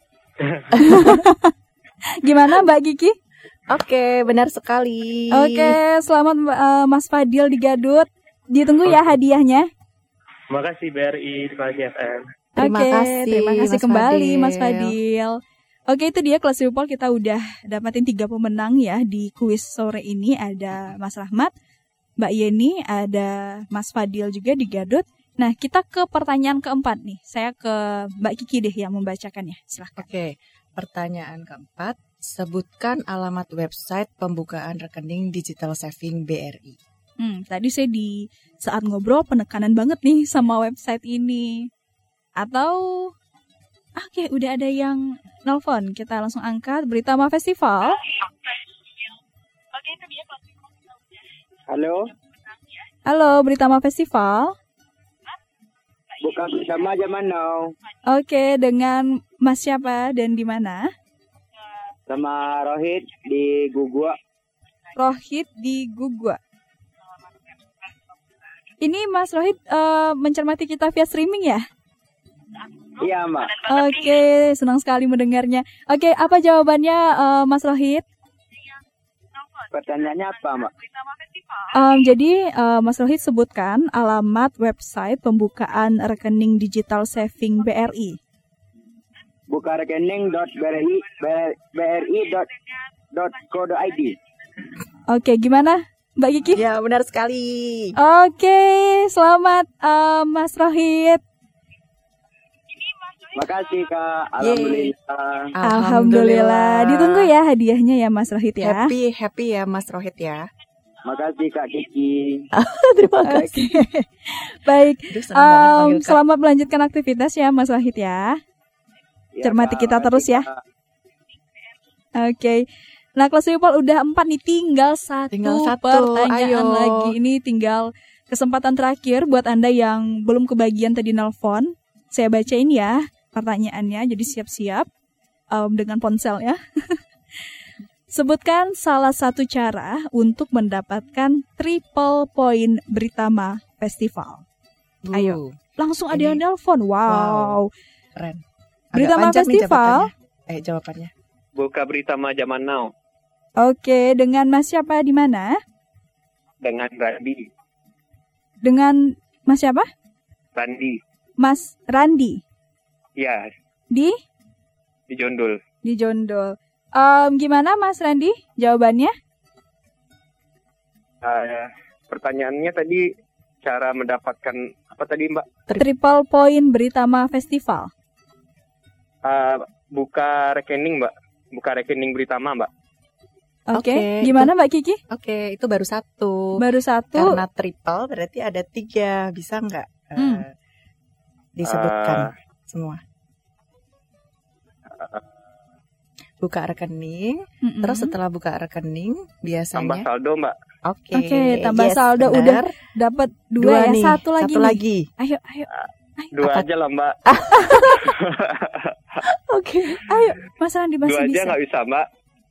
Gimana Mbak Kiki? Oke, benar sekali. Oke, selamat Mas Fadil di Gadut. Ditunggu ya hadiahnya. Makasih BRI Classy FM. Terima kasih Mas kembali Fadil. Mas Fadil. Oke, itu dia Classy People, kita udah dapatin 3 pemenang ya di kuis sore ini. Ada Mas Rahmat, Mbak Yeni, ada Mas Fadil juga di Gadut. Nah, kita ke pertanyaan keempat nih. Saya ke Mbak Kiki deh yang membacakannya. Silahkan. Oke, pertanyaan keempat. Sebutkan alamat website pembukaan rekening digital saving BRI. Tadi saya di saat ngobrol penekanan banget nih sama website ini. Atau oke, udah ada yang nelpon. Kita langsung angkat. Britama Festival. Halo. Halo, Britama Festival. Buka Britama Zaman Now. Oke, dengan Mas siapa dan di mana? Sama Rohit di Gugua. Rohit di Gugua. Ini Mas Rohit mencermati kita via streaming ya? Iya, Mbak. Oke, senang sekali mendengarnya. Oke, apa jawabannya Mas Rohit? Pertanyaannya apa, Mbak? Jadi Mas Rohit sebutkan alamat website pembukaan rekening digital saving BRI. Buka rekening.bri.co.id. Oke, gimana Mbak Kiki? Ya, benar sekali. Oke, selamat Mas Rohit. Makasih, Kak. Alhamdulillah. Alhamdulillah. Ditunggu ya hadiahnya ya Mas Rohit ya. Happy ya Mas Rohit ya. Makasih, Kak Kiki. Terima kasih. Baik. Aduh, senang banget panggil Kak. Selamat melanjutkan aktivitas ya Mas Rohit ya. Ya, Cermati Kak. kita terus ya. Kak. Oke. Nah, Classy People udah 4 nih, tinggal satu pertanyaan ayo. lagi. Ini tinggal kesempatan terakhir buat Anda yang belum kebagian tadi nelpon. Saya bacain ya pertanyaannya, jadi siap-siap dengan ponsel ya. Sebutkan salah satu cara untuk mendapatkan triple point Britama Festival. Ayo, langsung ada yang nelpon. Wow. Keren. Britama Festival. Jawabannya. Buka Britama zaman now. Oke, dengan Mas siapa di mana? Dengan Randi. Dengan Mas siapa? Randi. Mas Randi. Ya, Di Jondol. Di Jondol. Gimana Mas Randi jawabannya? Pertanyaannya tadi cara mendapatkan apa tadi Mbak? Triple point Britama Festival. Buka rekening Mbak. Buka rekening Britama Mbak. Oke. Gimana Mbak Kiki? Oke, itu baru satu. Baru satu. Karena triple berarti ada 3. Bisa nggak disebutkan semua? Buka rekening, terus setelah buka rekening biasanya tambah saldo Mbak. Oke, tambah saldo benar. udah dapat 2 ya, nih, satu lagi. lagi. Ayo. 2 aja lah Mbak. Oke, ayo Mas Randi masih 2 aja bisa. nggak bisa Mbak.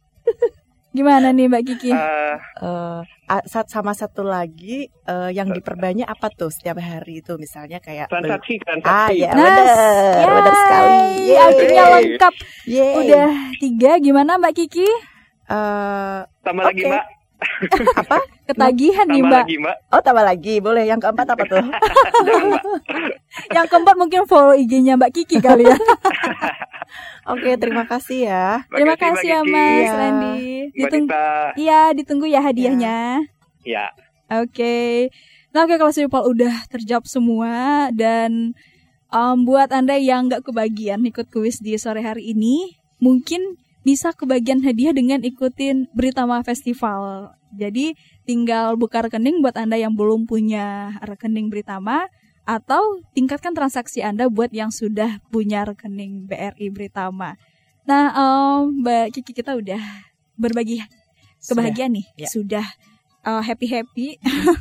Gimana nih Mbak Kiki? Sama satu lagi yang diperbanyak apa tuh setiap hari itu misalnya kayak transaksi. Ya Yes. benar sekali. Akhirnya lengkap. Yeay. Udah 3. Gimana Mbak Kiki? Tambah lagi Mbak. Apa? Ketagihan nih Tambah Mbak. lagi Mbak. Oh tambah lagi, boleh. Yang keempat apa tuh? Jangan Mbak. Yang keempat mungkin follow IG-nya Mbak Kiki kali ya. Oke, terima kasih ya. Terima kasih ya Mbak Mas Kiki. Randi. Mbak Dita. Iya, ditunggu ya hadiahnya. Ya. Oke. Nah, kalau People udah terjawab semua dan buat Anda yang nggak kebagian ikut kuis di sore hari ini, mungkin bisa kebagian hadiah dengan ikutin Britama Festival. Jadi tinggal buka rekening buat Anda yang belum punya rekening Britama, atau tingkatkan transaksi Anda buat yang sudah punya rekening BRI Britama. Nah, Mbak Kiki, kita udah berbagi kebahagiaan nih, sudah happy-happy.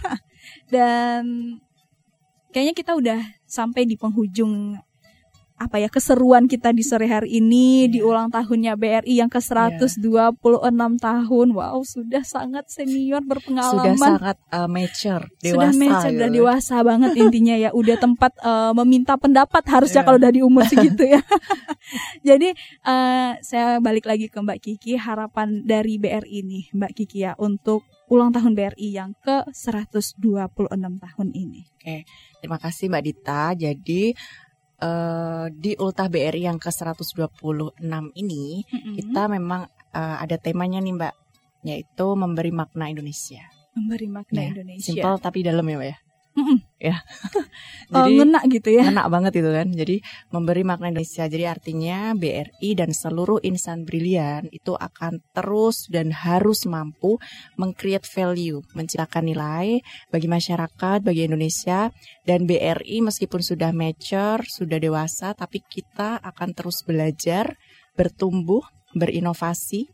Dan kayaknya kita udah sampai di penghujung keseruan kita di sore hari ini di ulang tahunnya BRI yang ke-126 tahun. Wow, sudah sangat senior, berpengalaman. Sudah sangat mature, dewasa. Sudah mature, sudah dewasa banget intinya ya. Udah tempat meminta pendapat harusnya kalau udah di umur segitu ya. Jadi saya balik lagi ke Mbak Kiki, harapan dari BRI nih Mbak Kiki ya untuk ulang tahun BRI yang ke-126 tahun ini. Oke, terima kasih Mbak Dita. Jadi di Ultah BRI yang ke-126 ini kita memang ada temanya nih Mbak, yaitu memberi makna Indonesia. Memberi makna Indonesia. Simpel tapi dalam ya Mbak ya. Ya. Jadi ngena gitu ya. Ngena banget itu kan. Jadi memberi makna Indonesia. Jadi artinya BRI dan seluruh insan brilian itu akan terus dan harus mampu meng-create value, menciptakan nilai bagi masyarakat, bagi Indonesia. Dan BRI meskipun sudah mature, sudah dewasa, tapi kita akan terus belajar, bertumbuh, berinovasi,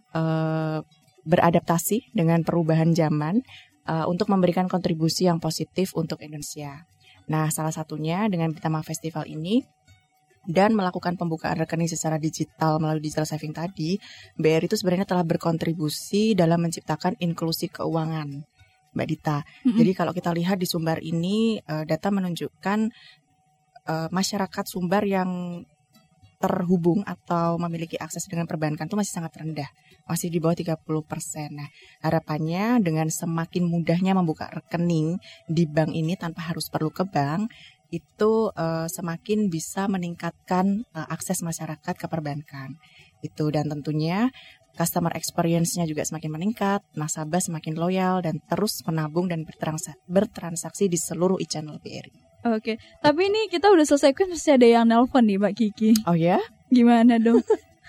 beradaptasi dengan perubahan zaman, untuk memberikan kontribusi yang positif untuk Indonesia. Nah, salah satunya dengan Britama Festival ini dan melakukan pembukaan rekening secara digital melalui digital saving tadi, BRI itu sebenarnya telah berkontribusi dalam menciptakan inklusi keuangan, Mbak Dita. Jadi kalau kita lihat di Sumbar ini, data menunjukkan masyarakat Sumbar yang terhubung atau memiliki akses dengan perbankan itu masih sangat rendah, masih di bawah 30%. Nah, harapannya dengan semakin mudahnya membuka rekening di bank ini tanpa harus perlu ke bank, itu semakin bisa meningkatkan akses masyarakat ke perbankan. Itu, dan tentunya customer experience-nya juga semakin meningkat, nasabah semakin loyal dan terus menabung dan bertransaksi di seluruh e-channel BRI. Oke, tapi ini kita udah selesai kan, masih ada yang nelpon nih Mbak Kiki. Oh ya? Gimana dong?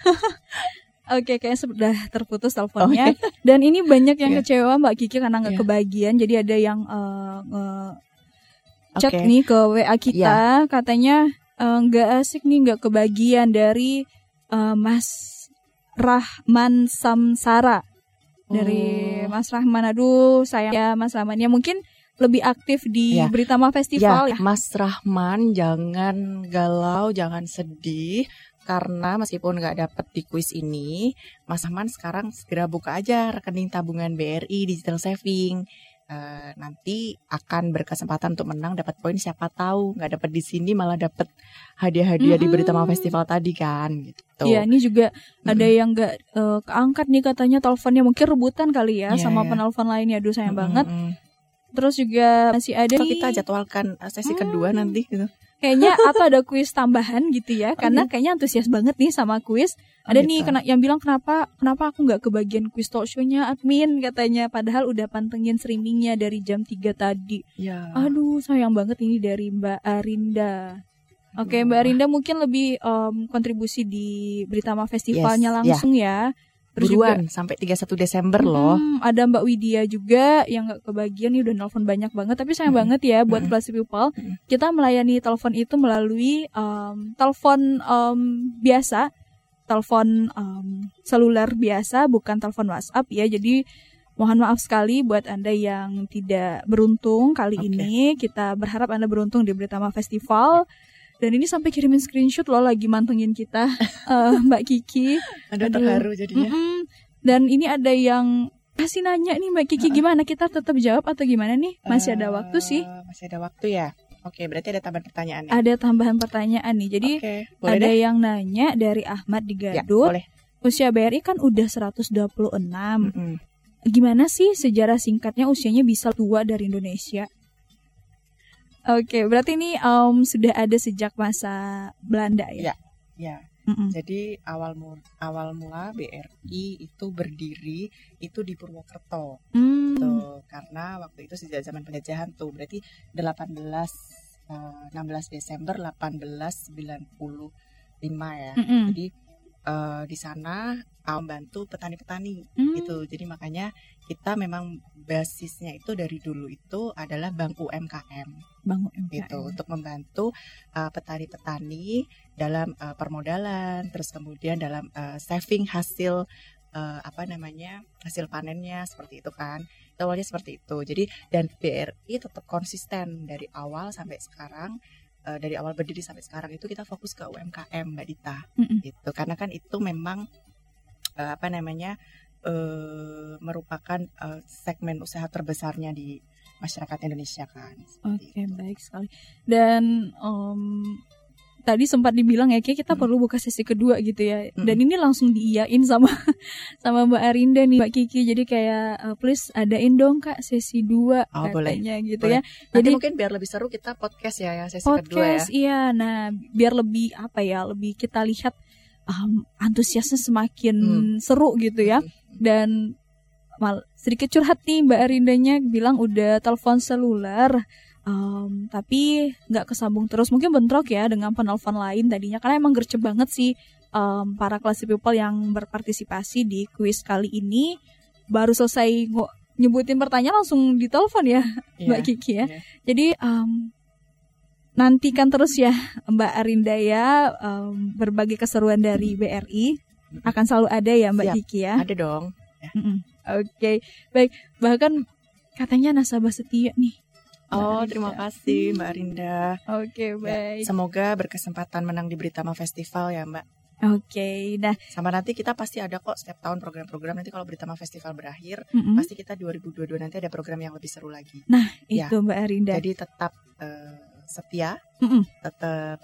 Oke, kayaknya sudah terputus teleponnya. Dan ini banyak yang kecewa Mbak Kiki karena nggak kebagian. Jadi ada yang chat nih ke WA kita, katanya nggak asik nih, nggak kebagian dari Mas Rahman Samsara. Dari Mas Rahman, aduh sayang ya Mas Rahman, ya mungkin lebih aktif di Britama Festival ya. Mas Rahman, jangan galau, jangan sedih, karena meskipun nggak dapet di kuis ini, Mas Ahman sekarang segera buka aja rekening tabungan BRI Digital Saving. Nanti akan berkesempatan untuk menang, dapat poin, siapa tahu nggak dapat di sini malah dapat hadiah-hadiah di Beritama Festival tadi kan gitu. Iya, ini juga ada yang nggak keangkat nih katanya teleponnya, mungkin rebutan kali ya sama penelpon lainnya. Aduh sayang banget. Terus juga masih ada nih, kita jadwalkan sesi kedua nanti gitu. Kayaknya atau ada kuis tambahan gitu ya, karena kayaknya antusias banget nih sama kuis. Ada nih yang bilang kenapa aku nggak kebagian kuis talk show-nya admin katanya, padahal udah pantengin streamingnya dari jam 3 tadi. Ya. Aduh sayang banget ini dari Mbak Arinda. Oke, Mbak Arinda mungkin lebih kontribusi di Beritama Festivalnya langsung ya. Terus buruan juga sampai 31 Desember loh. Ada Mbak Widya juga yang gak kebagian nih, udah nelfon banyak banget. Tapi sayang banget ya buat Classy People, kita melayani telepon itu melalui telepon biasa, telepon seluler biasa, bukan telepon WhatsApp ya. Jadi mohon maaf sekali buat Anda yang tidak beruntung kali ini. Kita berharap Anda beruntung di Beritama Festival. Dan ini sampai kirimin screenshot loh lagi mantengin kita, Mbak Kiki. Ada terharu jadinya. Dan ini ada yang kasih nanya nih Mbak Kiki, gimana kita tetap jawab atau gimana nih? Masih ada waktu sih. Masih ada waktu ya. Oke, berarti ada tambahan pertanyaan ya? Ada tambahan pertanyaan nih. Jadi ada yang nanya dari Ahmad di Gadut. Ya, usia BRI kan udah 126. Gimana sih sejarah singkatnya usianya bisa tua dari Indonesia? Oke, berarti ini sudah ada sejak masa Belanda ya? Ya. Jadi awal mula BRI itu berdiri itu di Purwokerto. Tuh, karena waktu itu sejak zaman penjajahan tuh, berarti 16 Desember 1895 ya. Jadi di sana membantu petani-petani gitu. Jadi makanya kita memang basisnya itu dari dulu itu adalah Bank UMKM. Gitu, untuk membantu petani-petani dalam permodalan, terus kemudian dalam saving hasil hasil panennya seperti itu kan. Awalnya seperti itu. Jadi dan BRI tetap konsisten dari awal sampai sekarang. Dari awal berdiri sampai sekarang itu kita fokus ke UMKM, Mbak Dita, gitu. Karena kan itu memang merupakan segmen usaha terbesarnya di masyarakat Indonesia kan. Oke, baik sekali. Dan tadi sempat dibilang ya, kayak kita perlu buka sesi kedua gitu ya. Dan ini langsung diiyain sama Mbak Arinda nih, Mbak Kiki. Jadi kayak please adain dong Kak sesi 2 katanya boleh, gitu boleh. ya. Jadi mungkin biar lebih seru kita podcast ya sesi kedua ya. Iya, nah biar lebih lebih kita lihat antusiasnya semakin seru gitu ya. Dan sedikit curhat nih Mbak Arindanya, bilang udah telepon seluler. Tapi nggak kesambung terus, mungkin bentrok ya dengan penelpon lain tadinya, karena emang gercep banget sih para Classy People yang berpartisipasi di kuis kali ini. Baru selesai nyebutin pertanyaan langsung ditelepon ya Mbak Kiki ya. Jadi nantikan terus ya Mbak Arinda ya, berbagai keseruan dari BRI akan selalu ada ya Mbak Kiki ya. Ada dong ya. Oke, baik. Bahkan katanya nasabah setia nih. Terima kasih Mbak Arinda. Oke, baik. Semoga berkesempatan menang di Beritama Festival ya Mbak. Oke, nah sama nanti kita pasti ada kok setiap tahun program-program. Nanti kalau Beritama Festival berakhir, pasti kita 2022 nanti ada program yang lebih seru lagi. Nah, itu Mbak Arinda. Jadi tetap setia, tetap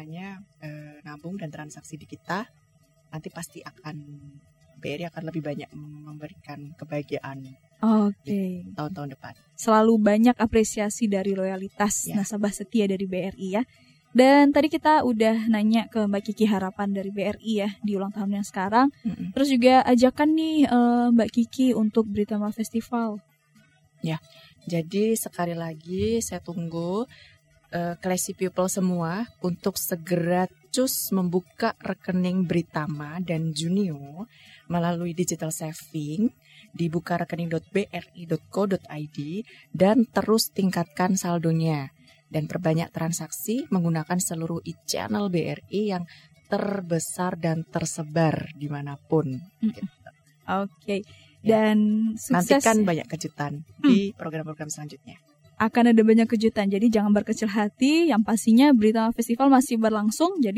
nabung dan transaksi di kita. Nanti pasti BRI akan lebih banyak memberikan kebahagiaan. Tahun-tahun depan. Selalu banyak apresiasi dari loyalitas nasabah setia dari BRI ya. Dan tadi kita udah nanya ke Mbak Kiki harapan dari BRI ya di ulang tahun yang sekarang. Terus juga ajakan nih Mbak Kiki untuk Beritama Festival. Ya, jadi sekali lagi saya tunggu Classy People semua untuk segera cus membuka rekening Beritama dan Junio melalui digital saving di bukarekening.bri.co.id dan terus tingkatkan saldonya dan perbanyak transaksi menggunakan seluruh e-channel BRI yang terbesar dan tersebar dimanapun. Gitu. Oke. Dan sukses. Nantikan banyak kejutan di program-program selanjutnya. Akan ada banyak kejutan, jadi jangan berkecil hati. Yang pastinya Beritama Festival masih berlangsung, jadi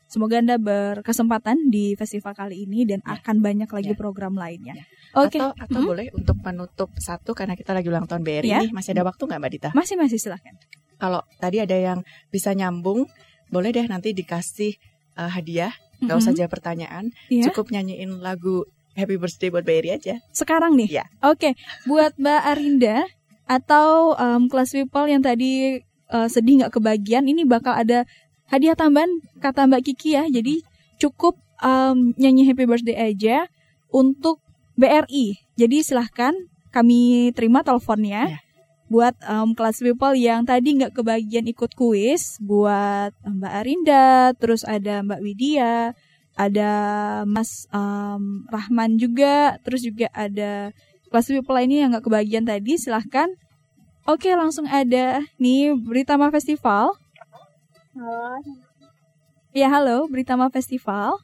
Semoga Anda berkesempatan di festival kali ini dan akan banyak lagi program lainnya. Oke. Atau boleh untuk penutup satu karena kita lagi ulang tahun BRI nih, masih ada waktu nggak Mbak Dita? Masih silahkan. Kalau tadi ada yang bisa nyambung, boleh deh nanti dikasih hadiah. Nggak usah jawab pertanyaan, cukup nyanyiin lagu Happy Birthday buat BRI aja. Sekarang nih? Ya. Oke, buat Mbak Arinda atau Class People yang tadi sedih nggak kebagian, ini bakal ada hadiah tambahan kata Mbak Kiki ya. Jadi cukup nyanyi Happy Birthday aja untuk BRI. Jadi silahkan kami terima teleponnya buat Class People yang tadi nggak kebagian ikut kuis. Buat Mbak Arinda, terus ada Mbak Widya, ada Mas Rahman juga, terus juga ada Class People lainnya yang nggak kebagian tadi. Silahkan. Oke, langsung ada nih Britama Festival. Halo. Ya, halo, Britama Festival.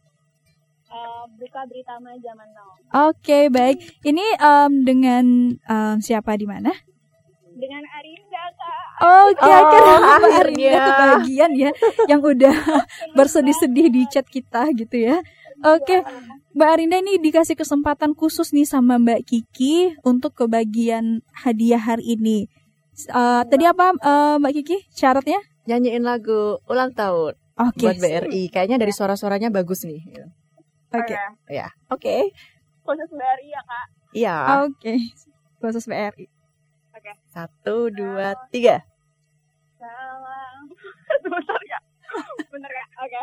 Buka Britama zaman now. Oke, baik. Ini dengan siapa di mana? Dengan Arinda, Kak. Oke, Mbak Arinda kebagian ya, yang udah bersedih-sedih di chat kita gitu ya. Oke, Mbak Arinda ini dikasih kesempatan khusus nih sama Mbak Kiki untuk kebagian hadiah hari ini. Tadi apa Mbak Kiki syaratnya? Nyanyiin lagu ulang tahun buat BRI. Kayaknya dari suara-suaranya bagus nih. Oke. Ya, oke. Khusus BRI ya, Kak? Iya. Oke. Khusus BRI. Oke. 1, 2, 3. Salam. Bentar ya. Bener ya? Oke.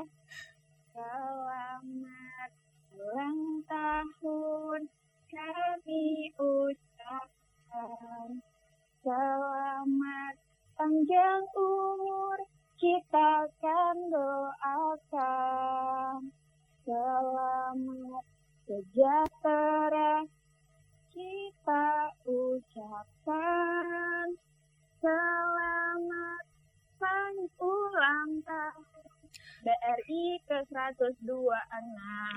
Selamat ulang tahun kami ucapkan. Selamat panjang umur kita akan doakan. Selamat sejahtera kita ucapkan. Selamat ulang tahun BRI ke-126.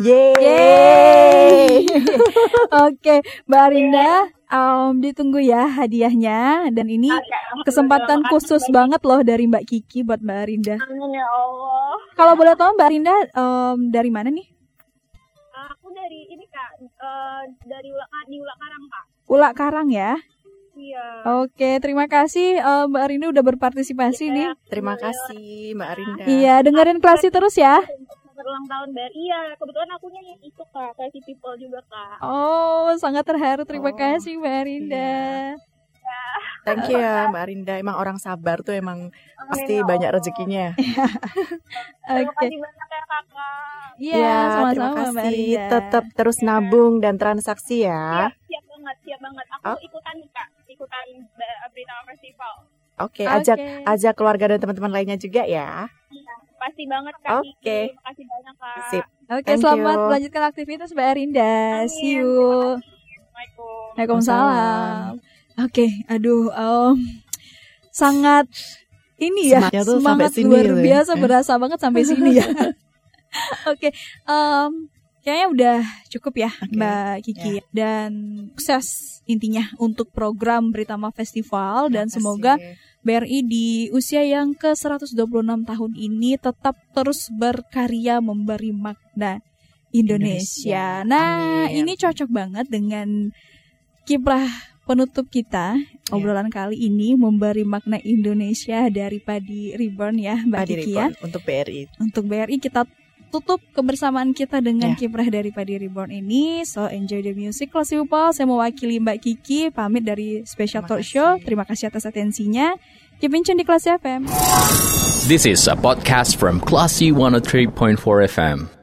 Yeay. Oke, Mbak Arinda, ditunggu ya hadiahnya. Dan ini kesempatan khusus banget loh dari Mbak Kiki buat Mbak Arinda. Amin ya Allah. Kalau boleh tahu Mbak Arinda dari mana nih? Aku dari ini Kak, dari Ulak Karang Kak. Ulak Karang ya? Iya. Oke, terima kasih Mbak Arinda udah berpartisipasi nih. Terima kasih Mbak Arinda. Iya, dengerin Klasi terus ya. Ulang tahun BRI ya, kebetulan aku nyanyi itu Kak, Classy People juga Kak. Oh, sangat terharu. Terima kasih Mbak Arinda. Iya. Thank you ya Mbak Arinda. Emang orang sabar tuh emang pasti banyak rezekinya. Terima kasih banyak ya Kakak. Iya, sama-sama terima kasih. Mbak Arinda. Tetap terus nabung dan transaksi ya. Siap banget. Aku ikutan nih Kak, ikutan Britama Festival. Oke, ajak keluarga dan teman-teman lainnya juga ya. Iya, pasti banget Kak. Oke. Terima kasih banyak Kak. Sip. Oke, selamat melanjutkan aktivitas Mbak Arinda. See you. Waalaikumsalam. Oke, aduh, sangat ini ya, semangat luar biasa, berasa banget sampai sini ya. Oke, kayaknya udah cukup ya Mbak Kiki dan sukses intinya untuk program Britama Festival dan semoga BRI di usia yang ke-126 tahun ini tetap terus berkarya memberi makna Indonesia. Nah, ini cocok banget dengan kiprah penutup kita obrolan kali ini, memberi makna Indonesia dari Padi Reborn ya Mbak Kiki ya. Untuk BRI. Untuk BRI kita tutup kebersamaan kita dengan kiprah dari Padi Reborn ini. So enjoy the music, Classy People. Saya mewakili Mbak Kiki pamit dari Special Talk Show. Terima kasih atas atensinya. Keep in tune di Classy FM. This is a podcast from Classy 103.4 FM.